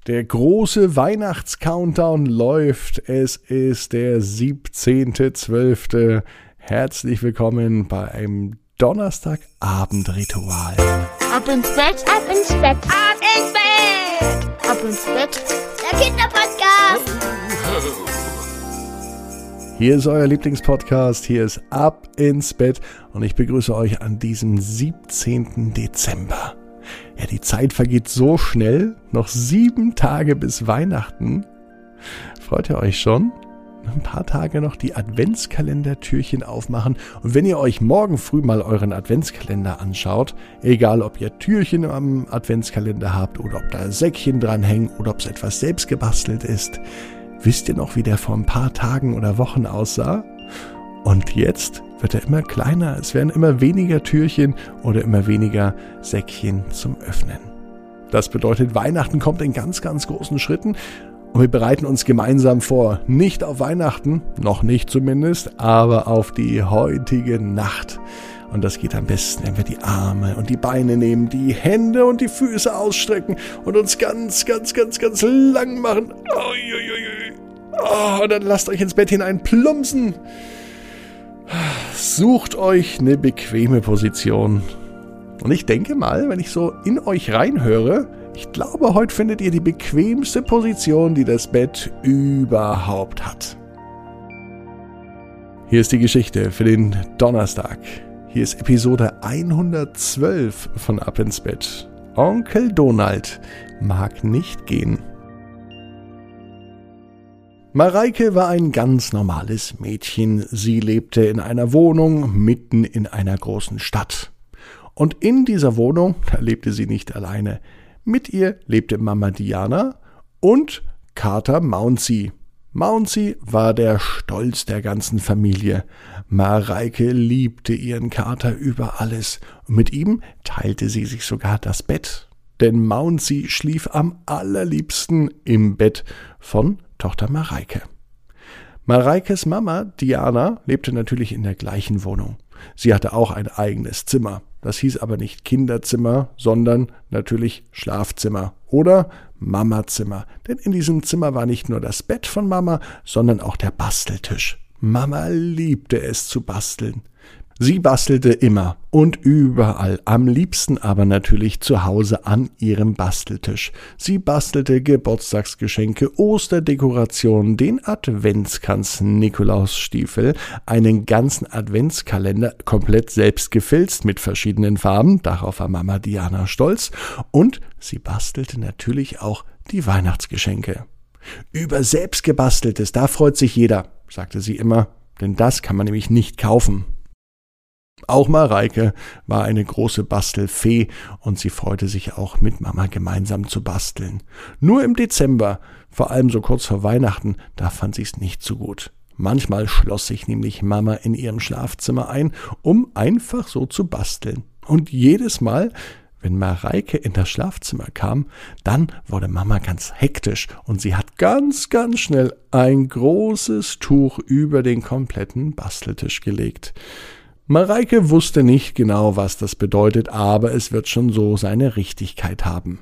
Der große Weihnachts-Countdown läuft. Es ist der 17.12. Herzlich willkommen bei einem Donnerstagabendritual. Ab ins Bett, ab ins Bett, ab ins Bett, ab ins Bett. Der Kinderpodcast. Hier ist euer Lieblingspodcast, hier ist Ab ins Bett und ich begrüße euch an diesem 17. Dezember. Ja, die Zeit vergeht so schnell, noch 7 Tage bis Weihnachten. Freut ihr euch schon? Ein paar Tage noch die Adventskalendertürchen aufmachen und wenn ihr euch morgen früh mal euren Adventskalender anschaut, egal ob ihr Türchen am Adventskalender habt oder ob da Säckchen dranhängen oder ob es etwas selbst gebastelt ist, wisst ihr noch, wie der vor ein paar Tagen oder Wochen aussah? Und jetzt wird er immer kleiner, es werden immer weniger Türchen oder immer weniger Säckchen zum Öffnen. Das bedeutet, Weihnachten kommt in ganz, ganz großen Schritten und wir bereiten uns gemeinsam vor. Nicht auf Weihnachten, noch nicht zumindest, aber auf die heutige Nacht. Und das geht am besten, wenn wir die Arme und die Beine nehmen, die Hände und die Füße ausstrecken und uns ganz, ganz, ganz, ganz lang machen. Oh, und dann lasst euch ins Bett hinein plumpsen. Sucht euch eine bequeme Position. Und ich denke mal, wenn ich so in euch reinhöre, ich glaube, heute findet ihr die bequemste Position, die das Bett überhaupt hat. Hier ist die Geschichte für den Donnerstag. Hier ist Episode 112 von Ab ins Bett. Onkel Donald mag nicht gehen. Mareike war ein ganz normales Mädchen. Sie lebte in einer Wohnung mitten in einer großen Stadt. Und in dieser Wohnung, da lebte sie nicht alleine. Mit ihr lebte Mama Diana und Kater Mouncy. Mouncy war der Stolz der ganzen Familie. Mareike liebte ihren Kater über alles. Und mit ihm teilte sie sich sogar das Bett. Denn Mouncy schlief am allerliebsten im Bett von Tochter Mareike. Mareikes Mama, Diana, lebte natürlich in der gleichen Wohnung. Sie hatte auch ein eigenes Zimmer. Das hieß aber nicht Kinderzimmer, sondern natürlich Schlafzimmer oder Mamazimmer. Denn in diesem Zimmer war nicht nur das Bett von Mama, sondern auch der Basteltisch. Mama liebte es zu basteln. Sie bastelte immer und überall, am liebsten aber natürlich zu Hause an ihrem Basteltisch. Sie bastelte Geburtstagsgeschenke, Osterdekorationen, den Adventskranz, Nikolausstiefel, einen ganzen Adventskalender, komplett selbst gefilzt mit verschiedenen Farben, darauf war Mama Diana stolz, und sie bastelte natürlich auch die Weihnachtsgeschenke. Über selbstgebasteltes, da freut sich jeder, sagte sie immer, denn das kann man nämlich nicht kaufen. Auch Mareike war eine große Bastelfee und sie freute sich auch mit Mama gemeinsam zu basteln. Nur im Dezember, vor allem so kurz vor Weihnachten, da fand sie es nicht so gut. Manchmal schloss sich nämlich Mama in ihrem Schlafzimmer ein, um einfach so zu basteln. Und jedes Mal, wenn Mareike in das Schlafzimmer kam, dann wurde Mama ganz hektisch und sie hat ganz, ganz schnell ein großes Tuch über den kompletten Basteltisch gelegt. Mareike wusste nicht genau, was das bedeutet, aber es wird schon so seine Richtigkeit haben.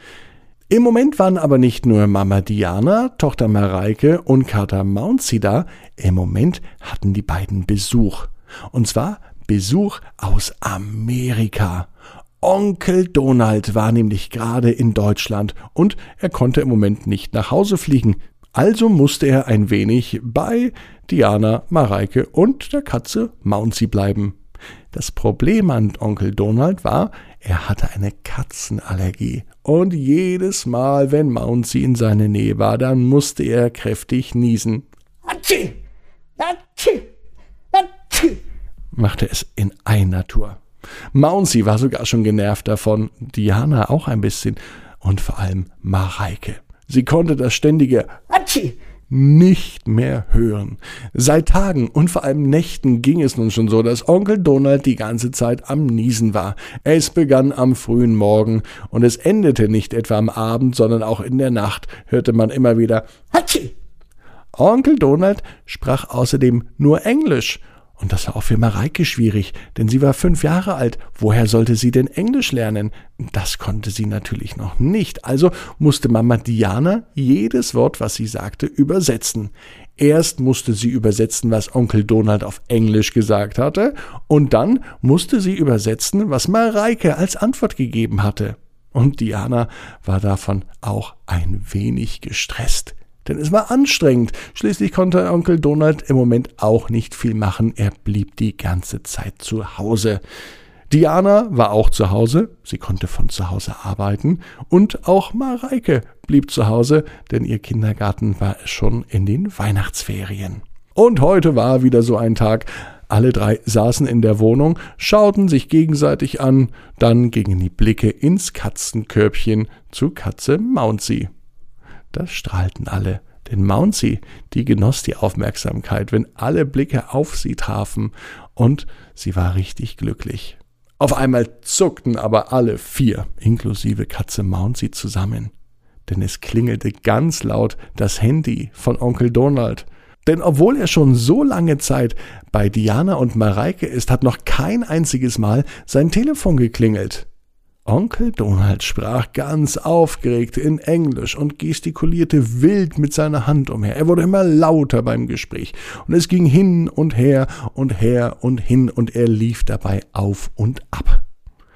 Im Moment waren aber nicht nur Mama Diana, Tochter Mareike und Kater Mouncy da, im Moment hatten die beiden Besuch. Und zwar Besuch aus Amerika. Onkel Donald war nämlich gerade in Deutschland und er konnte im Moment nicht nach Hause fliegen. Also musste er ein wenig bei Diana, Mareike und der Katze Mouncy bleiben. Das Problem an Onkel Donald war, er hatte eine Katzenallergie. Und jedes Mal, wenn Mouncy in seiner Nähe war, dann musste er kräftig niesen. Hatschi! Hatschi! Hatschi! Machte es in einer Tour. Mouncy war sogar schon genervt davon, Diana auch ein bisschen und vor allem Mareike. Sie konnte das ständige Hatschi nicht mehr hören. Seit Tagen und vor allem Nächten ging es nun schon so, dass Onkel Donald die ganze Zeit am Niesen war. Es begann am frühen Morgen und es endete nicht etwa am Abend, sondern auch in der Nacht hörte man immer wieder Hatschi. Onkel Donald sprach außerdem nur Englisch Und das war auch für Mareike schwierig, denn sie war 5 Jahre alt. Woher sollte sie denn Englisch lernen? Das konnte sie natürlich noch nicht. Also musste Mama Diana jedes Wort, was sie sagte, übersetzen. Erst musste sie übersetzen, was Onkel Donald auf Englisch gesagt hatte, und dann musste sie übersetzen, was Mareike als Antwort gegeben hatte. Und Diana war davon auch ein wenig gestresst. Denn es war anstrengend. Schließlich konnte Onkel Donald im Moment auch nicht viel machen. Er blieb die ganze Zeit zu Hause. Diana war auch zu Hause. Sie konnte von zu Hause arbeiten. Und auch Mareike blieb zu Hause, denn ihr Kindergarten war schon in den Weihnachtsferien. Und heute war wieder so ein Tag. Alle 3 saßen in der Wohnung, schauten sich gegenseitig an. Dann gingen die Blicke ins Katzenkörbchen zu Katze Mouncy. Da strahlten alle, denn Mouncy, die genoss die Aufmerksamkeit, wenn alle Blicke auf sie trafen, und sie war richtig glücklich. Auf einmal zuckten aber alle 4, inklusive Katze Mouncy, zusammen, denn es klingelte ganz laut das Handy von Onkel Donald. Denn obwohl er schon so lange Zeit bei Diana und Mareike ist, hat noch kein einziges Mal sein Telefon geklingelt. Onkel Donald sprach ganz aufgeregt in Englisch und gestikulierte wild mit seiner Hand umher. Er wurde immer lauter beim Gespräch und es ging hin und her und her und hin und er lief dabei auf und ab.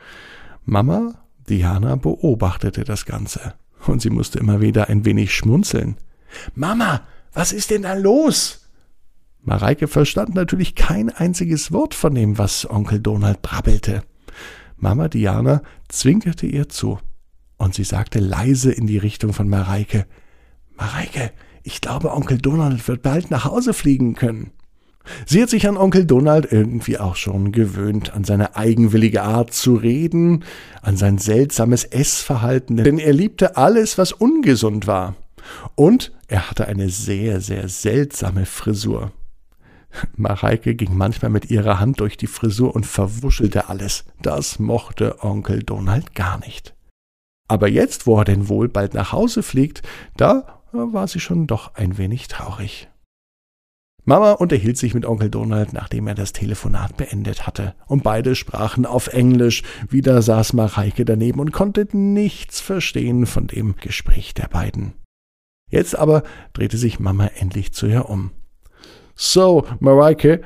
Mama Diana beobachtete das Ganze und sie musste immer wieder ein wenig schmunzeln. »Mama, was ist denn da los?« Mareike verstand natürlich kein einziges Wort von dem, was Onkel Donald brabbelte. Mama Diana zwinkerte ihr zu und sie sagte leise in die Richtung von Mareike: »Mareike, ich glaube, Onkel Donald wird bald nach Hause fliegen können.« Sie hat sich an Onkel Donald irgendwie auch schon gewöhnt, an seine eigenwillige Art zu reden, an sein seltsames Essverhalten, denn er liebte alles, was ungesund war. Und er hatte eine sehr, sehr seltsame Frisur. Mareike ging manchmal mit ihrer Hand durch die Frisur und verwuschelte alles. Das mochte Onkel Donald gar nicht. Aber jetzt, wo er denn wohl bald nach Hause fliegt, da war sie schon doch ein wenig traurig. Mama unterhielt sich mit Onkel Donald, nachdem er das Telefonat beendet hatte. Und beide sprachen auf Englisch. Wieder saß Mareike daneben und konnte nichts verstehen von dem Gespräch der beiden. Jetzt aber drehte sich Mama endlich zu ihr um. »So, Mareike,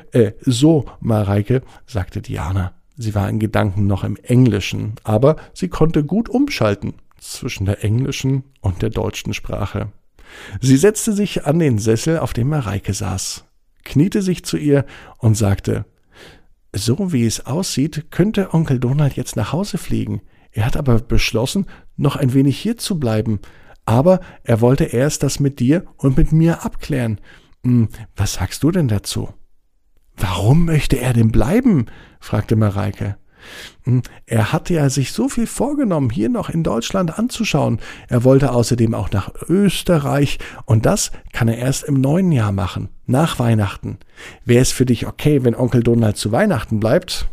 sagte Diana. Sie war in Gedanken noch im Englischen, aber sie konnte gut umschalten zwischen der englischen und der deutschen Sprache. Sie setzte sich an den Sessel, auf dem Mareike saß, kniete sich zu ihr und sagte: »So wie es aussieht, könnte Onkel Donald jetzt nach Hause fliegen. Er hat aber beschlossen, noch ein wenig hier zu bleiben. Aber er wollte erst das mit dir und mit mir abklären. Was sagst du denn dazu?« »Warum möchte er denn bleiben?« fragte Mareike. »Er hatte ja sich so viel vorgenommen, hier noch in Deutschland anzuschauen. Er wollte außerdem auch nach Österreich und das kann er erst im neuen Jahr machen, nach Weihnachten. Wäre es für dich okay, wenn Onkel Donald zu Weihnachten bleibt?«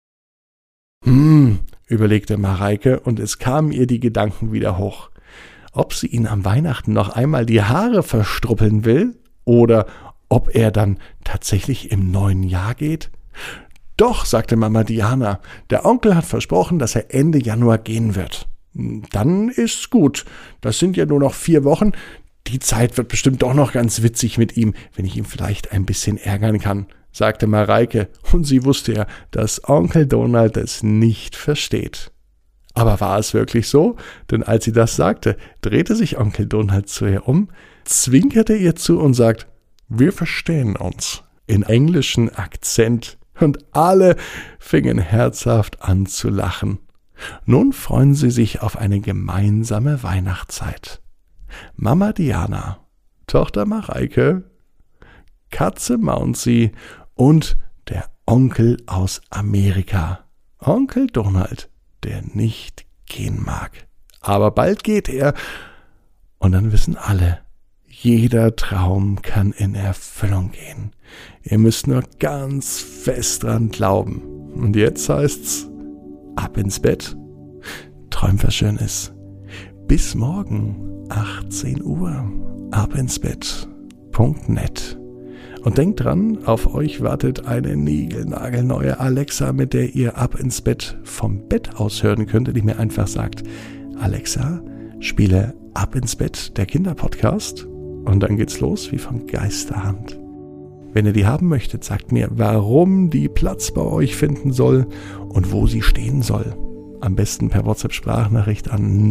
Überlegte Mareike und es kamen ihr die Gedanken wieder hoch. Ob sie ihn am Weihnachten noch einmal die Haare verstruppeln will oder ob er dann tatsächlich im neuen Jahr geht? »Doch«, sagte Mama Diana, »der Onkel hat versprochen, dass er Ende Januar gehen wird.« »Dann ist's gut. Das sind ja nur noch 4 Wochen. Die Zeit wird bestimmt doch noch ganz witzig mit ihm, wenn ich ihn vielleicht ein bisschen ärgern kann«, sagte Mareike, und sie wusste ja, dass Onkel Donald es nicht versteht. Aber war es wirklich so? Denn als sie das sagte, drehte sich Onkel Donald zu ihr um, zwinkerte ihr zu und sagt: »Wir verstehen uns«, in englischen Akzent, und alle fingen herzhaft an zu lachen. Nun freuen sie sich auf eine gemeinsame Weihnachtszeit. Mama Diana, Tochter Mareike, Katze Mouncy und der Onkel aus Amerika, Onkel Donald, der nicht gehen mag. Aber bald geht er, und dann wissen alle, jeder Traum kann in Erfüllung gehen. Ihr müsst nur ganz fest dran glauben. Und jetzt heißt's, ab ins Bett, träumt was Schönes. Bis morgen, 18 Uhr, abinsbett.net. Und denkt dran, auf euch wartet eine niegelnagelneue Alexa, mit der ihr Ab ins Bett vom Bett aus hören könnt, die mir einfach sagt, Alexa, spiele Ab ins Bett, der Kinderpodcast. Und dann geht's los wie von Geisterhand. Wenn ihr die haben möchtet, sagt mir, warum die Platz bei euch finden soll und wo sie stehen soll. Am besten per WhatsApp-Sprachnachricht an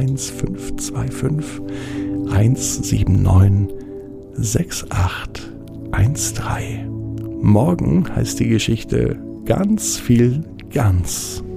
01525 179 6813. Morgen heißt die Geschichte ganz viel Gans.